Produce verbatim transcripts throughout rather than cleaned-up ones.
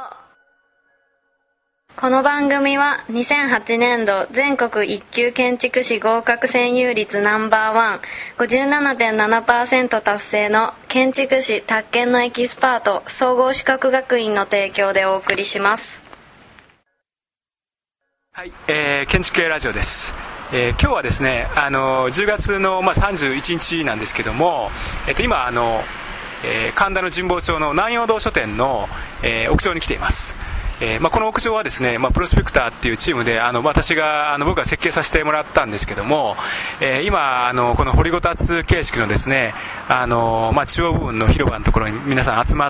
この番組はにせんはちねんど全国一級建築士合格占有率ナンバーワン ごじゅうななてんななパーセント 達成の建築士宅建のエキスパート総合資格学院の提供でお送りします。 はい、えー、建築系ラジオです。えー、今日はですね、あのじゅうがつの、まあ、さんじゅういちにちなんですけども、えっと、今あの、えー、神田の神保町の南陽堂書店の、えー、屋上に来ています。えーまあ、この屋上はですね、まあ、プロスペクターっていうチームであの私があの僕が設計させてもらったんですけども、えー、今あのこの掘りごたつ形式のですねあの、まあ、中央部分の広場のところに皆さん集まって、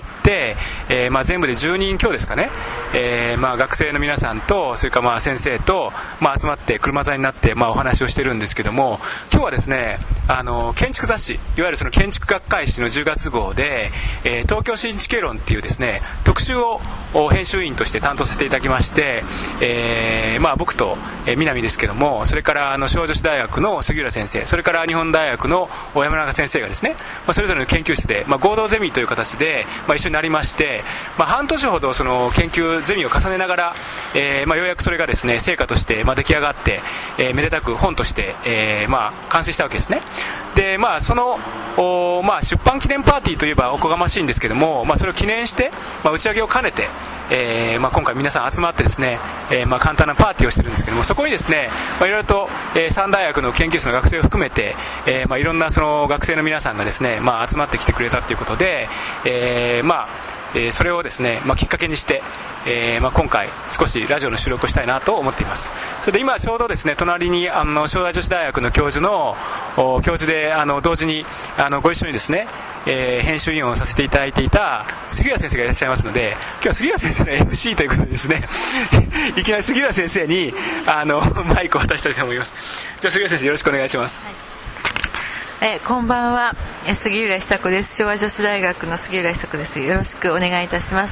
えーまあ、全部でじゅうにん強ですかね、えーまあ、学生の皆さんとそれからまあ先生と、まあ、集まって車座になって、まあ、お話をしてるんですけども、今日はですねあの建築雑誌いわゆるその建築学会誌のじゅうがつ号で、えー、東京新地形論っていうですね特集を編集員として担当させていただきまして、えーまあ、僕と、えー、南ですけども、それからあの小女子大学の杉浦先生、それから日本大学の山中先生がですね、まあ、それぞれの研究室で、まあ、合同ゼミという形で、まあ、一緒になりまして、まあ、半年ほどその研究ゼミを重ねながら、えーまあ、ようやくそれがですね成果として、まあ、出来上がって、えー、めでたく本として、えーまあ、完成したわけですね。で、まあ、そのまあ、出版記念パーティーといえばおこがましいんですけども、まあ、それを記念して、まあ、打ち上げを兼ねて、えーまあ、今回皆さん集まってですね、えーまあ、簡単なパーティーをしてるんですけども、そこにですね、まあ、いろいろと、えー、三大学の研究室の学生を含めて、えーまあ、いろんなその学生の皆さんがですね、まあ、集まってきてくれたということで、えーまあえー、それをですね、まあ、きっかけにして、えーまあ、今回少しラジオの収録をしたいなと思っています。それで今ちょうどですね隣にあの正大女子大学の教授の教授であの同時にあのご一緒にですね、えー、編集員をさせていただいていた杉浦先生がいらっしゃいますので、今日は杉浦先生の エムシー ということでですねいきなり杉浦先生にあのマイクを渡したいと思います。じゃあ杉浦先生よろしくお願いします。はい、 えこんばんは、杉浦久子です。昭和女子大学の杉浦久子です。よろしくお願いいたします。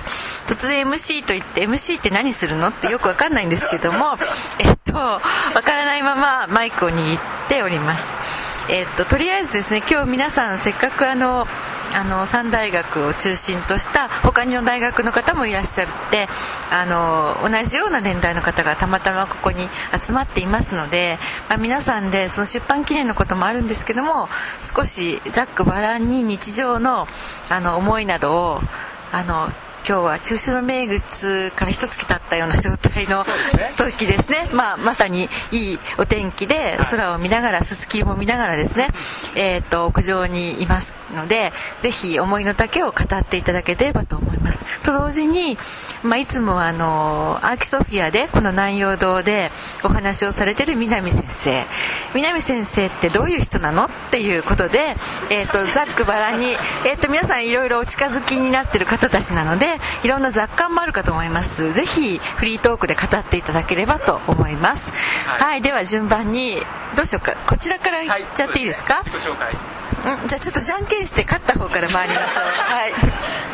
突然 エムシー と言って エムシー って何するのってよくわかんないんですけどもえっとわからないままマイクを握っております。えっととりあえずですね、今日皆さんせっかくあのあの三大学を中心とした他の大学の方もいらっしゃって、あの同じような年代の方がたまたまここに集まっていますので、まあ、皆さんでその出版記念のこともあるんですけども、少しざっくばらんに日常の、あの思いなどをあの今日は中秋の名月から一月経ったような状態の時ですね、まあ、まさにいいお天気で空を見ながらすすきも見ながらですね、えー、と屋上にいますので、ぜひ思いの丈を語っていただければと思います。と同時に、まあ、いつもあのアーキソフィアでこの南陽堂でお話をされている南先生南先生ってどういう人なのっていうことで、えー、とざっくばらんに、えー、と皆さんいろいろお近づきになっている方たちなので、いろんな雑感もあるかと思います。ぜひフリートークで語っていただければと思います。はい、はい、では順番にどうしようか、こちらからいっちゃっていいですか。はい、 自己紹介、 うん、じゃあちょっとじゃんけんして勝った方から回りましょう。はい、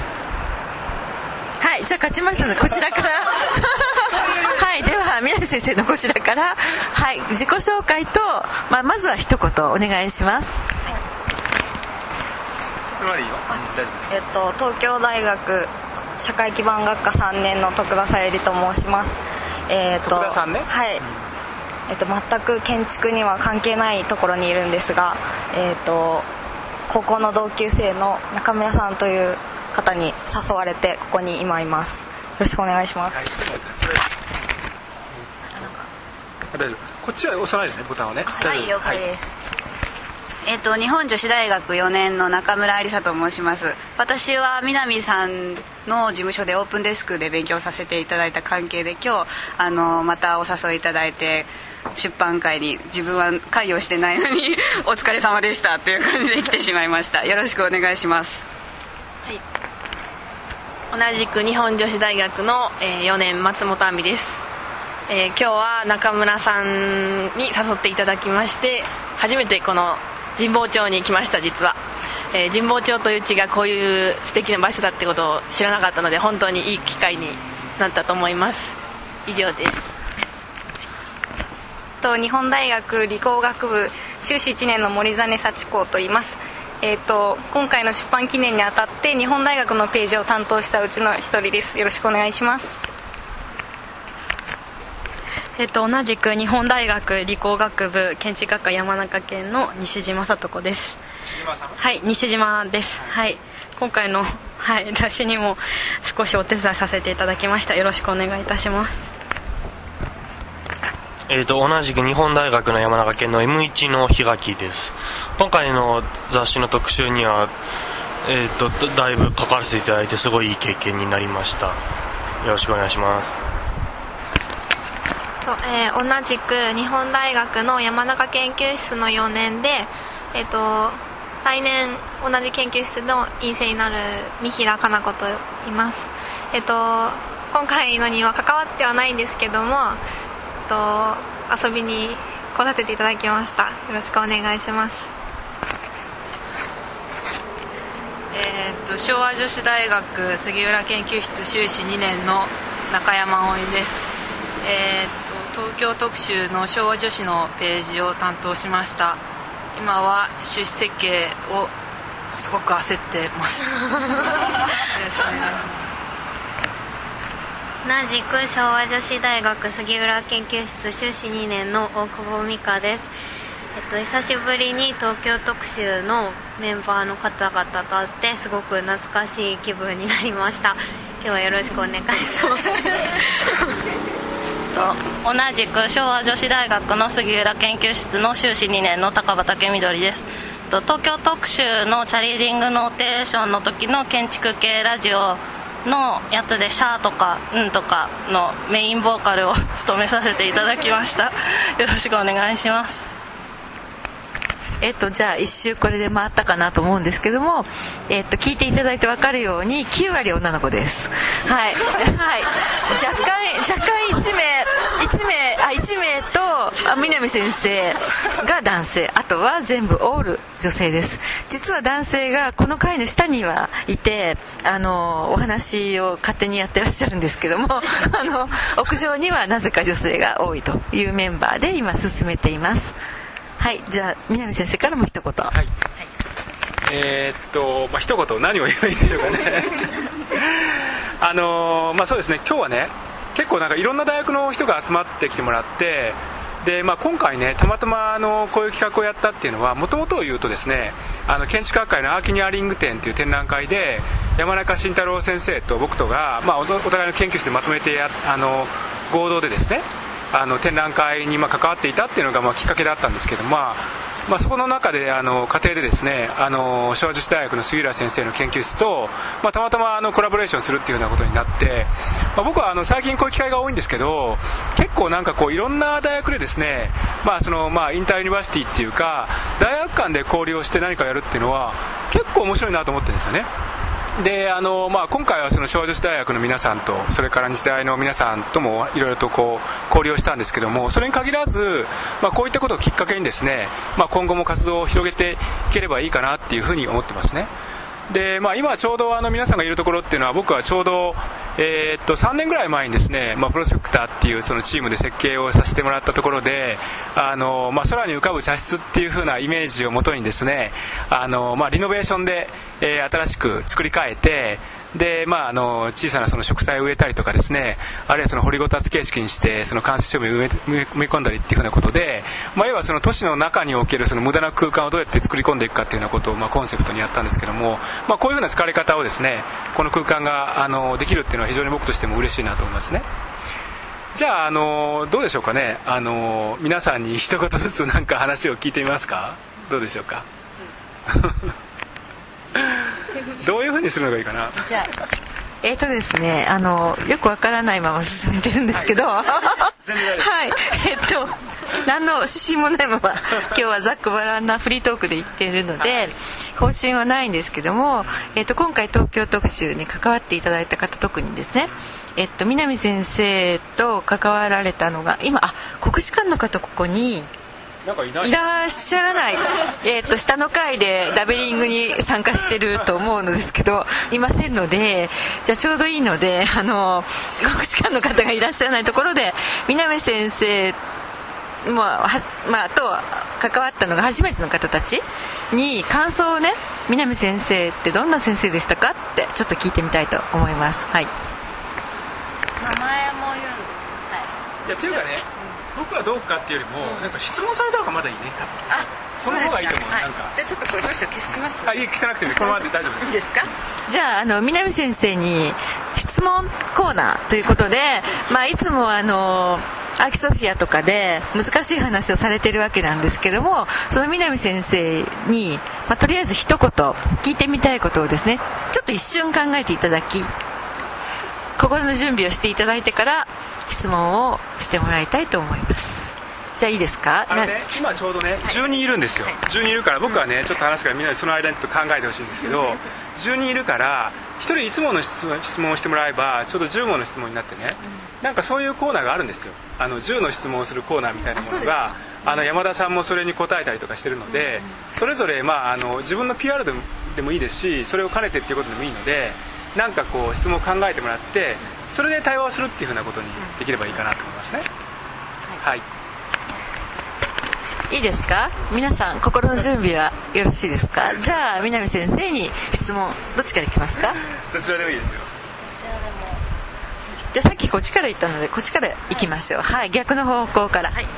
はい、じゃあ勝ちましたのでこちらからはい、では南先生のこちらから、はい、自己紹介と、まあ、まずは一言お願いします。 それまでいいよ。 えっと、東京大学社会基盤学科さんねんの徳田さゆりと申します。えー、と徳田さんね。 はい、えっと、全く建築には関係ないところにいるんですが、えー、と高校の同級生の中村さんという方に誘われてここに今います。よろしくお願いします。はい、 大丈夫、こっちは押さないですねボタンをね。 はい、了解です。えー、と日本女子大学よねんの中村ありさと申します。私は南さんの事務所でオープンデスクで勉強させていただいた関係で、今日あのまたお誘いいただいて出版会に自分は関与してないのにお疲れ様でしたという感じで来てしまいました。よろしくお願いします。 はい、同じく日本女子大学の、えー、よねん松本亜美です。えー、今日は中村さんに誘っていただきまして、初めてこの神保町に来ました。実は、えー、神保町という地がこういう素敵な場所だってことを知らなかったので、本当にいい機会になったと思います。以上です。 と日本大学理工学部修士いちねんの森実幸子と言います。 えー、と今回の出版記念にあたって日本大学のページを担当したうちの一人です。よろしくお願いします。 えっと、同じく日本大学理工学部建築学科山中研の西島聡子です。 西島さん。 はい、西島です。はい、今回の、はい、雑誌にも少しお手伝いさせていただきました。よろしくお願いいたします。 えー、と同じく日本大学の山中研の エムワン の檜垣です。今回の雑誌の特集には、えー、とだいぶ関わらせていただいてすごいいい経験になりました。よろしくお願いします。 えー、同じく日本大学の山中研究室のよねんで、えー、と来年同じ研究室の院生になる三平かな子と言います。えー、と今回のには関わってはないんですけども、えー、と遊びに来させていただきました。よろしくお願いします。 えー、と昭和女子大学杉浦研究室修士にねんの中山葵です。えー、と東京特集の昭和女子のページを担当しました。今は修士設計をすごく焦ってますよろしくお願いします。同じく昭和女子大学杉浦研究室修士にねんの大久保美香です。えっと、久しぶりに東京特集のメンバーの方々と会ってすごく懐かしい気分になりました。今日はよろしくお願いします同じく昭和女子大学の杉浦研究室の修士にねんの高畑みどりです。東京特集のチャリーディングノーテーションの時の建築系ラジオのやつでシャーとかうんとかのメインボーカルを務めさせていただきました。よろしくお願いします。 えっと、じゃあ一周これで回ったかなと思うんですけども、えっと、聞いていただいて分かるようにきゅうわり女の子です。はい、はい、若干若干いちめいちめあいちめいとあ南先生が男性、あとは全部オール女性です。実は男性がこの階の下にはいて、あのお話を勝手にやってらっしゃるんですけどもあの屋上にはなぜか女性が多いというメンバーで今進めています。はい、じゃあ南先生からも一言。はい、 えー、っと、まあ、一言何を言えばいいんでしょうかねあのーまあ、そうですね、今日はね結構なんかいろんな大学の人が集まってきてもらって、で、まあ、今回ねたまたまあのこういう企画をやったっていうのは、もともとを言うとですね、あの建築学会のアーキニアリング展っていう展覧会で山中慎太郎先生と僕とが、まあ、お互いの研究室でまとめてやあの合同でですねあの展覧会にまあ関わっていたっていうのがまあきっかけだったんですけど、まあまあ、そこの中であの家庭でですね、あの昭和女子大学の杉浦先生の研究室と、まあ、たまたまあのコラボレーションするっていうようなことになって、まあ、僕はあの最近こういう機会が多いんですけど、結構なんかこういろんな大学でですね、まあそのまあインターユニバーシティっていうか大学間で交流をして何かやるっていうのは結構面白いなと思ってるんですよね。であのまあ、今回はその昭和女子大学の皆さんとそれから日大の皆さんともいろいろとこう交流をしたんですけども、それに限らず、まあ、こういったことをきっかけにですね、まあ、今後も活動を広げていければいいかなっていうふうに思ってますね。で、まあ、今ちょうどあの皆さんがいるところっていうのは、僕はちょうど、えー、っとさんねんぐらい前にですね、まあ、プロスペクターっていうそのチームで設計をさせてもらったところで、あの、まあ、空に浮かぶ茶室っていう風なイメージをもとにですね、あの、まあ、リノベーションで、えー、新しく作り変えて、で、まあ、あの小さなその植栽を植えたりとかですね、あるいはその掘りごたつ形式にしてその間接照明を植え埋め込んだりっていうふうなことで、まあ、要はその都市の中におけるその無駄な空間をどうやって作り込んでいくかっていうようなことをまあコンセプトにやったんですけども、まあ、こういうふうな使われ方をですね、この空間があのできるっていうのは非常に僕としても嬉しいなと思いますね。じゃあ、あのどうでしょうかね、あの皆さんに一言ずつなんか話を聞いてみますか。どうでしょうかどういうふうにするのがいいかな。 じゃあえーとですね、あのよくわからないまま進めてるんですけど、はい、はいえー、っと何の指針もないまま今日はざっくばらんなフリートークで言っているので方針はないんですけども、えー、っと今回東京特集に関わっていただいた方、特にですね、えー、っと南先生と関わられたのが今、あ、国士舘の方ここになんかいないいらっしゃらない、えー、と下の階でダベリングに参加してると思うのですけどいませんので、じゃあちょうどいいので、あの国士舘の方がいらっしゃらないところで南先生まあまあ、と関わったのが初めての方たちに感想をね、南先生ってどんな先生でしたかってちょっと聞いてみたいと思います。はい。 名前も言う、はい、 いやっていうかね、うん、僕はどうかっていうよりも、うん、なんか質問された方がまだいいね、多分。あ、その方がいいと思う。 はい、 なんかじゃあちょっとこれどうしよう、消します。 あ、いい、消さなくてもいい、このままで大丈夫です。 いいですか。じゃあ、あの南先生に質問コーナーということで、まあ、いつもあのアーキソフィアとかで難しい話をされているわけなんですけども、その南先生に、まあ、とりあえず一言聞いてみたいことをですね、ちょっと一瞬考えていただき、心の準備をしていただいてから質問をしてもらいたいと思います。じゃあいいですか。 あのね、今ちょうどね、はい、じゅうにんいるんですよ、はい、じゅうにんいるから僕はね、ちょっと話すからみんなでその間にちょっと考えてほしいんですけど、うん、じゅうにんいるからひとりいつもの質問、質問をしてもらえばちょうどじゅう問の質問になってね、うん、なんかそういうコーナーがあるんですよ。あのじゅうの質問をするコーナーみたいなものが、あの山田さんもそれに答えたりとかしてるので、うん、それぞれ、まあ、あの自分の ピーアール でも、でもいいですし、それを兼ねてっていうことでもいいので、なんかこう質問を考えてもらってそれで対話をするっていうふうなことにできればいいかなと思いますね。はい、はい、 いいですか。皆さん心の準備はよろしいですか。じゃあ南先生に質問、どっちからいきますか。 どちらでもいいですよ。 じゃあさっきこっちから行ったのでこっちから行きましょう。はい、はい、逆の方向から。はい、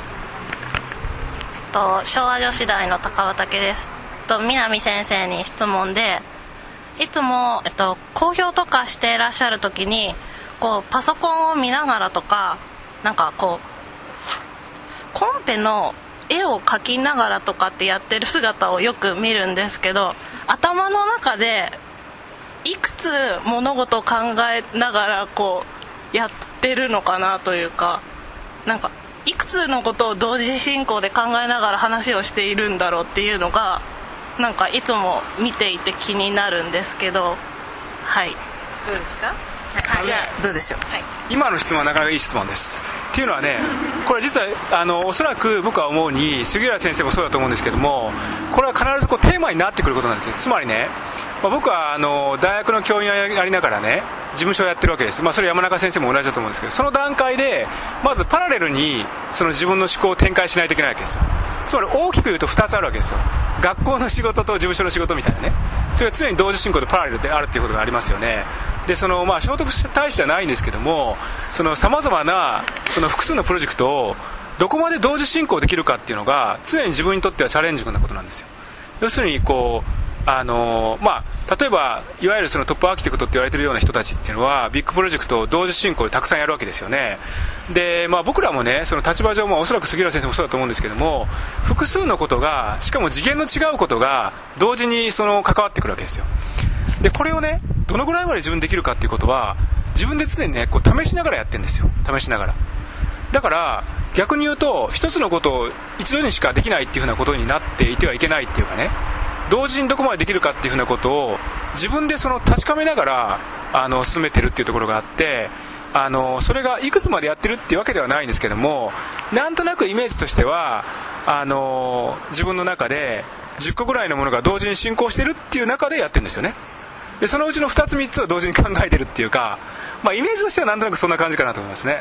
と昭和女子大の高畑です。と南先生に質問で、いつも、えっと、講評とかしていらっしゃる時にこうパソコンを見ながらとか、なんかこうコンペの絵を描きながらとかってやってる姿をよく見るんですけど、頭の中でいくつ物事を考えながらこうやってるのかなというか、なんかいくつのことを同時進行で考えながら話をしているんだろうっていうのがなんかいつも見ていて気になるんですけど、はい、 どうですか。はい、じゃあどうでしょう。はい、 今の質問はなかなかいい質問です。っていうのはね、これ実はあのおそらく僕は思うに杉浦先生もそうだと思うんですけども、これは必ずこうテーマになってくることなんですよ。つまりね、まあ、僕はあの大学の教員をやりながらね事務所をやってるわけです。まあ、それ山中先生も同じだと思うんですけど、その段階でまずパラレルにその自分の思考を展開しないといけないわけですよ。つまり大きく言うとふたつあるわけですよ。学校の仕事と事務所の仕事みたいなね、それが常に同時進行でパラレルであるっていうことがありますよね。でそのまあ聖徳太子じゃないんですけども、さまざまなその複数のプロジェクトをどこまで同時進行できるかっていうのが常に自分にとってはチャレンジングなことなんですよ。要するにこうあのまあ、例えばいわゆるそのトップアーキテクトって言われているような人たちっていうのはビッグプロジェクトを同時進行でたくさんやるわけですよね。で、まあ、僕らもねその立場上もおそらく杉浦先生もそうだと思うんですけども、複数のことがしかも次元の違うことが同時にその関わってくるわけですよ。でこれをねどのぐらいまで自分できるかっていうことは自分で常にねこう試しながらやってるんですよ。試しながら。だから逆に言うと一つのことを一度にしかできないっていうふうなことになっていてはいけないっていうかね、同時にどこまでできるかっていうふうなことを自分でその確かめながらあの進めてるっていうところがあって、あのそれがいくつまでやってるっていうわけではないんですけども、なんとなくイメージとしてはあの自分の中でじゅっこぐらいのものが同時に進行してるっていう中でやってるんですよね。でそのうちのふたつみっつを同時に考えてるっていうか、まあ、イメージとしてはなんとなくそんな感じかなと思いますね。はい、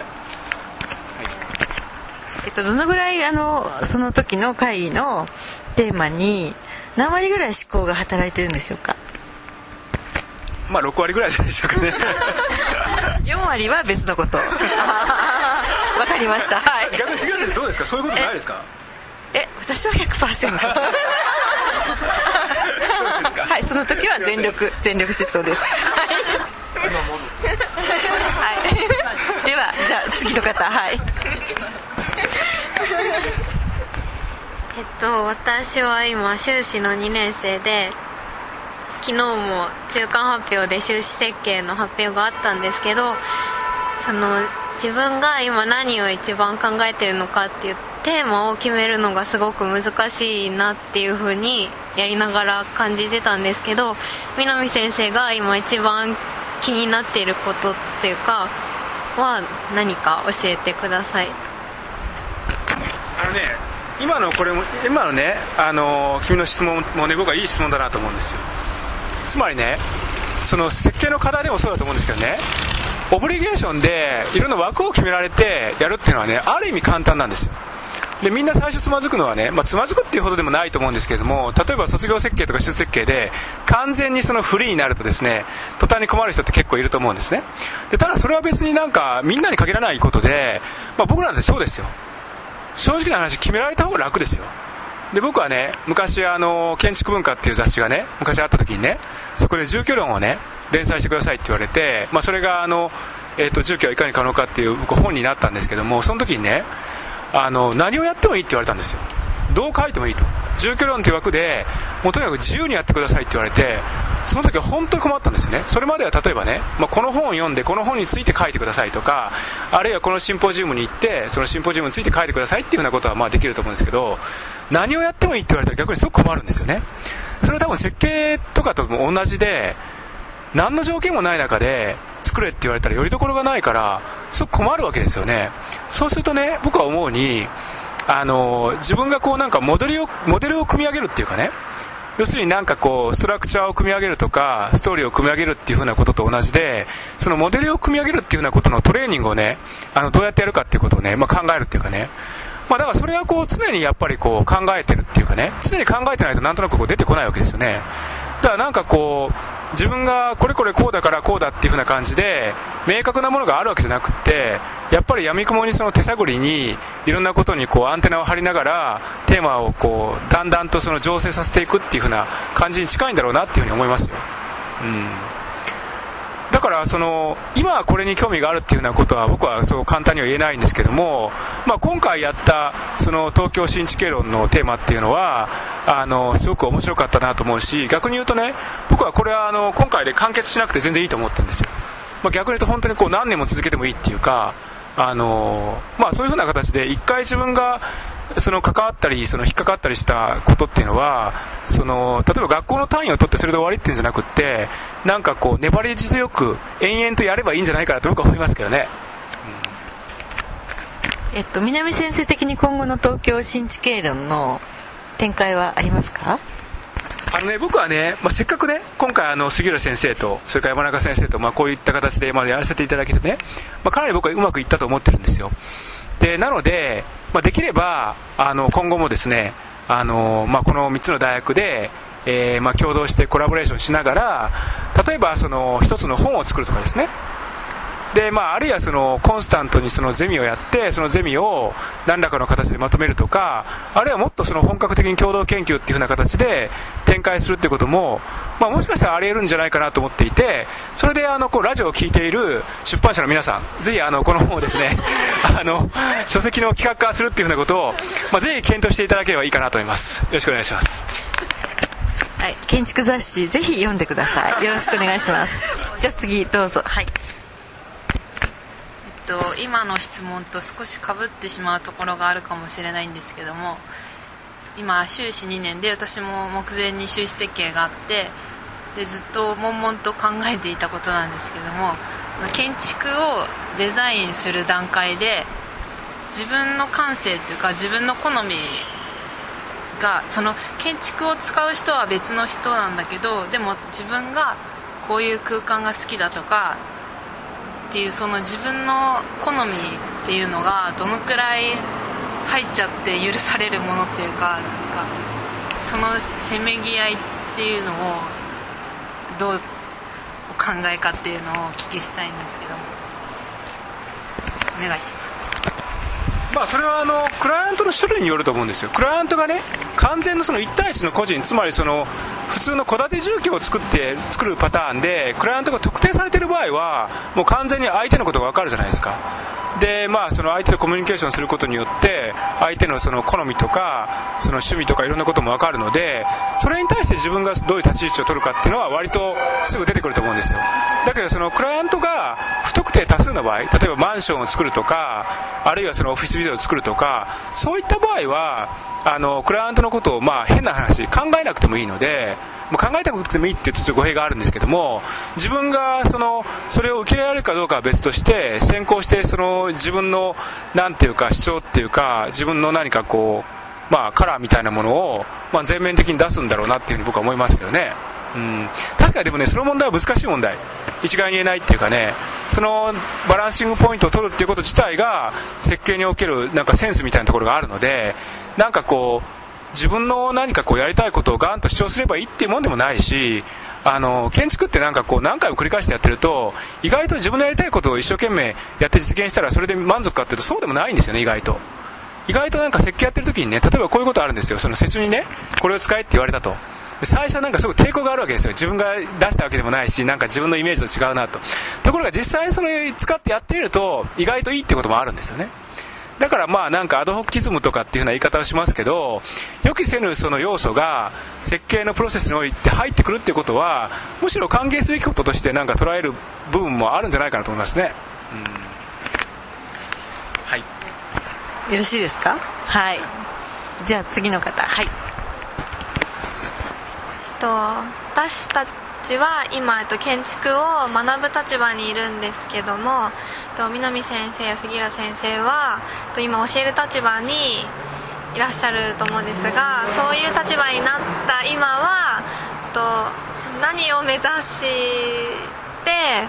えっと、どのぐらいあのその時の会議のテーマに何割ぐらい思考が働いてるんでしょうか。 まあろくわりぐらいじゃないでしょうかね。 よんわりは別のこと。わかりました。はい。 逆に杉浦先生どうですか。そういうことないですか。 え、私は ひゃくパーセント。はい、その時は全力全力疾走です。はい。はい。ではじゃあ次の方。はい。 えっと、私は今修士のにねん生で、昨日も中間発表で修士設計の発表があったんですけど、その自分が今何を一番考えてるのかっていうテーマを決めるのがすごく難しいなっていう風にやりながら感じてたんですけど、南先生が今一番気になっていることっていうかは何か教えてください。 あのね今のこれも今のね、あのー、君の質問もね僕はいい質問だなと思うんですよ。つまりねその設計の課題でもそうだと思うんですけどね、オブリゲーションでいろんな枠を決められてやるっていうのはねある意味簡単なんですよ。 でみんな最初つまずくのはね、まあ、つまずくっていうほどでもないと思うんですけれども、例えば卒業設計とか出設計で完全にそのフリーになるとですね、途端に困る人って結構いると思うんですね。でただそれは別になんかみんなに限らないことで、まあ、僕なんてそうですよ。正直な話、決められた方が楽ですよ。で僕はね、昔あの建築文化っていう雑誌がね昔あった時にね、そこで住居論をね連載してくださいって言われて、まあ、それがあの、えーと、住居はいかに可能かっていう僕本になったんですけども、その時にね、あの何をやってもいいって言われたんですよ。どう書いてもいいと、住居論っていう枠でもうとにかく自由にやってくださいって言われて、その時は本当に困ったんですよね。それまでは例えばね、まあ、この本を読んでこの本について書いてくださいとか、あるいはこのシンポジウムに行ってそのシンポジウムについて書いてくださいっていうようなことはまあできると思うんですけど、何をやってもいいって言われたら逆にすごく困るんですよね。それは多分設計とかとも同じで、何の条件もない中で作れって言われたらよりどころがないからすごく困るわけですよね。そうするとね、僕は思うにあの自分がこうなんかモデルをモデルを組み上げるっていうかね、要するになんかこうストラクチャーを組み上げるとかストーリーを組み上げるっていう風なことと同じで、そのモデルを組み上げるっていう風なことのトレーニングをね、あのどうやってやるかっていうことをね、まあ、考えるっていうかね、まあ、だからそれはこう常にやっぱりこう考えてるっていうかね、常に考えてないとなんとなくこう出てこないわけですよね。だからなんかこう自分がこれこれこうだからこうだっていう風な感じで明確なものがあるわけじゃなくって、やっぱり闇雲にその手探りにいろんなことにこうアンテナを張りながらテーマをこうだんだんとその醸成させていくっていう風な感じに近いんだろうなっていう風に思いますよ。うん。だからその今はこれに興味があるっていうようなことは僕はそう簡単には言えないんですけども、まあ、今回やったその東京新地形論のテーマっていうのはあのすごく面白かったなと思うし、逆に言うとね、僕はこれはあの今回で完結しなくて全然いいと思ったんですよ。まあ、逆に言うと本当にこう何年も続けてもいいっていうか、あの、まあ、そういうふうな形で一回自分がその関わったりその引っかかったりしたことっていうのは、その例えば学校の単位を取ってそれで終わりっていうんじゃなくって、なんかこう粘り強く延々とやればいいんじゃないかなと僕は思いますけどね。 うん、えっと南先生的に今後の東京新地形論の展開はありますか？ あのね、僕はね、まあ、せっかくね今回あの杉浦先生とそれから山中先生と、まあ、こういった形でまあやらせていただけてね、まあ、かなり僕はうまくいったと思ってるんですよ。でなので、まあ、できればあの今後もですね、あの、まあ、このみっつの大学で、えーまあ、共同してコラボレーションしながら、例えばその一つの本を作るとかですね、で、まあ、あるいはそのコンスタントにそのゼミをやってそのゼミを何らかの形でまとめるとか、あるいはもっとその本格的に共同研究っていう風な形で展開するっていうことも、まあ、もしかしたらあり得るんじゃないかなと思っていて、それであのこうラジオを聞いている出版社の皆さん、ぜひあのこの本をですねあの書籍の企画化するっていう風なことを、まあ、ぜひ検討していただければいいかなと思います。よろしくお願いします。 はい、建築雑誌ぜひ読んでください。よろしくお願いします。じゃあ次どうぞ。はい。 今の質問と少し被ってしまうところがあるかもしれないんですけども、今修士にねんで私も目前に修士設計があって、でずっと悶々と考えていたことなんですけども、建築をデザインする段階で自分の感性というか自分の好みが、その建築を使う人は別の人なんだけど、でも自分がこういう空間が好きだとかっていうその自分の好みっていうのがどのくらい入っちゃって許されるものっていうか、なんかそのせめぎ合いっていうのをどうお考えかっていうのをお聞きしたいんですけども、お願いします。 まあ、それはあのクライアントの種類によると思うんですよ。クライアントがね完全なそのいち対いちの個人、つまりその普通の戸建て住居を作って作るパターンでクライアントが特定されている場合はもう完全に相手のことが分かるじゃないですか。で、まあ、その相手とコミュニケーションすることによって相手のその好みとかその趣味とかいろんなことも分かるので、それに対して自分がどういう立ち位置を取るかっていうのは割とすぐ出てくると思うんですよ。だけどそのクライアントが不特定多数の場合、例えばマンションを作るとか、あるいはそのオフィスビルを作るとか、そういった場合はあのクライアントのことをまあ変な話考えなくてもいいので、もう考えたくてもいいって言うと語弊があるんですけども、自分がそのそれを受け入れられるかどうかは別として、先行してその自分のなんていうか主張っていうか自分の何かこうまあカラーみたいなものをまあ全面的に出すんだろうなっていうふうに僕は思いますけどね。 うん、確かにでもねその問題は難しい問題、一概に言えないっていうかね、そのバランシングポイントを取るっていうこと自体が設計におけるなんかセンスみたいなところがあるので、なんかこう自分の何かこうやりたいことをガンと主張すればいいっていうもんでもないし、あの建築ってなんかこう何回も繰り返してやってると意外と自分のやりたいことを一生懸命やって実現したらそれで満足かっていうとそうでもないんですよね。意外と意外となんか設計やってる時にね、例えばこういうことあるんですよ。その施主にねこれを使えって言われたと、最初はなんかすごく抵抗があるわけですよ。自分が出したわけでもないし、なんか自分のイメージと違うなと。ところが実際にそれ使ってやってみると意外といいってこともあるんですよね。だからまあなんかアドホッキズムとかっていうような言い方をしますけど、予期せぬその要素が設計のプロセスにおいて入ってくるっていうことはむしろ歓迎すべきこととしてなんか捉える部分もあるんじゃないかなと思いますね。うん、はい、 よろしいですか。はい、じゃあ次の方。はい、 と私たちは今、えっと、建築を学ぶ立場にいるんですけども、えっと、南先生や杉浦先生は、えっと、今教える立場にいらっしゃると思うんですが、そういう立場になった今は、えっと、何を目指して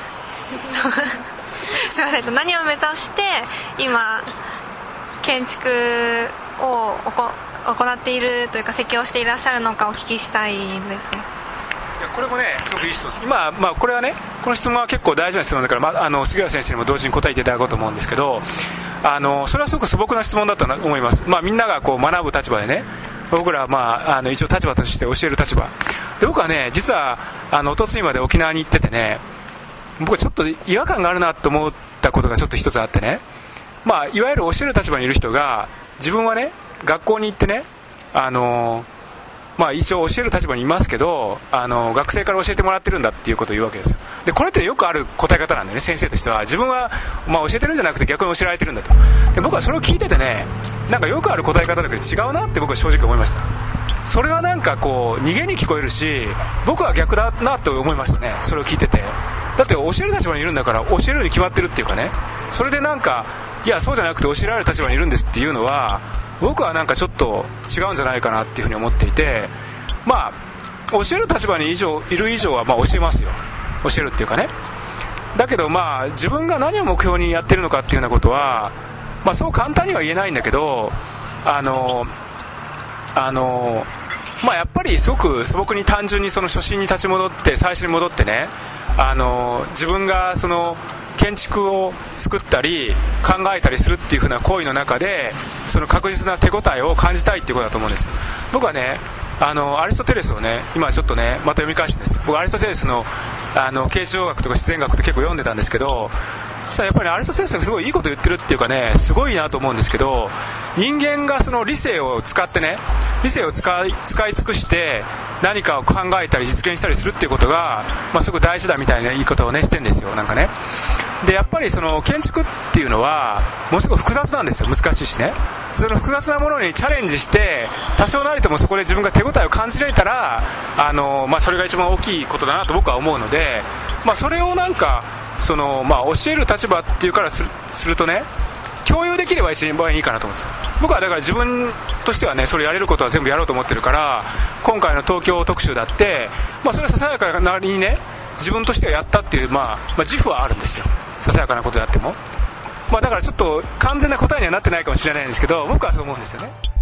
すいません、何を目指して今建築を行っているというか設計をしていらっしゃるのかお聞きしたいんですね。 いやこれもねすごくいい質問です。今、まあ、これはねこの質問は結構大事な質問だから、まあ、あの杉浦先生にも同時に答えていただこうと思うんですけど、あのそれはすごく素朴な質問だと思います。まあ、みんながこう学ぶ立場でね、僕らは、まあ、あの一応立場として教える立場で、僕はね実はあの一昨日まで沖縄に行っててね、僕はちょっと違和感があるなと思ったことがちょっと一つあってね、まあ、いわゆる教える立場にいる人が自分はね学校に行ってね、あのまあ、一応教える立場にいますけど、あの学生から教えてもらってるんだっていうことを言うわけですよ。でこれってよくある答え方なんだよね。先生としては自分は、まあ、教えてるんじゃなくて逆に教えられてるんだと。で僕はそれを聞いててね、なんかよくある答え方だけど違うなって僕は正直思いました。それはなんかこう逃げに聞こえるし、僕は逆だなと思いましたね。それを聞いてて、だって教える立場にいるんだから教えるに決まってるっていうかね、それでなんかいやそうじゃなくて教えられる立場にいるんですっていうのは僕はなんかちょっと違うんじゃないかなっていうふうに思っていて、まあ教える立場に以上いる以上はまあ教えますよ。教えるっていうかね。だけどまあ自分が何を目標にやってるのかっていうようなことは、まあ、そう簡単には言えないんだけど、あのあのまあやっぱりすごく素朴に単純にその初心に立ち戻って最初に戻ってね、あの自分がその建築を作ったり考えたりするっていう風な行為の中でその確実な手応えを感じたいっていうことだと思うんです。僕はねあのアリストテレスをね今ちょっとねまた読み返してるんです。僕アリストテレスのあの形状学とか自然学って結構読んでたんですけど、そしたらやっぱり、ね、アリストテレスがすごいいいこと言ってるっていうかね、すごいなと思うんですけど、人間がその理性を使ってね、理性を使い、使い尽くして何かを考えたり実現したりするっていうことが、まあ、すごく大事だみたいな言い方をねしてるんですよ。なんかね、でやっぱりその建築っていうのはものすごく複雑なんですよ。難しいしね。その複雑なものにチャレンジして多少なりともそこで自分が手応えを感じられたら、あの、まあ、それが一番大きいことだなと僕は思うので、まあ、それをなんかその、まあ、教える立場っていうからす る, するとね共有できれば一番いいかなと思うんですよ。僕はだから自分としてはねそれやれることは全部やろうと思ってるから、今回の東京特集だって、まあ、それはささやかなりにね自分としてはやったっていう、まあ、まあ自負はあるんですよ。ささやかなことであっても、まあ、だからちょっと完全な答えにはなってないかもしれないんですけど、僕はそう思うんですよね。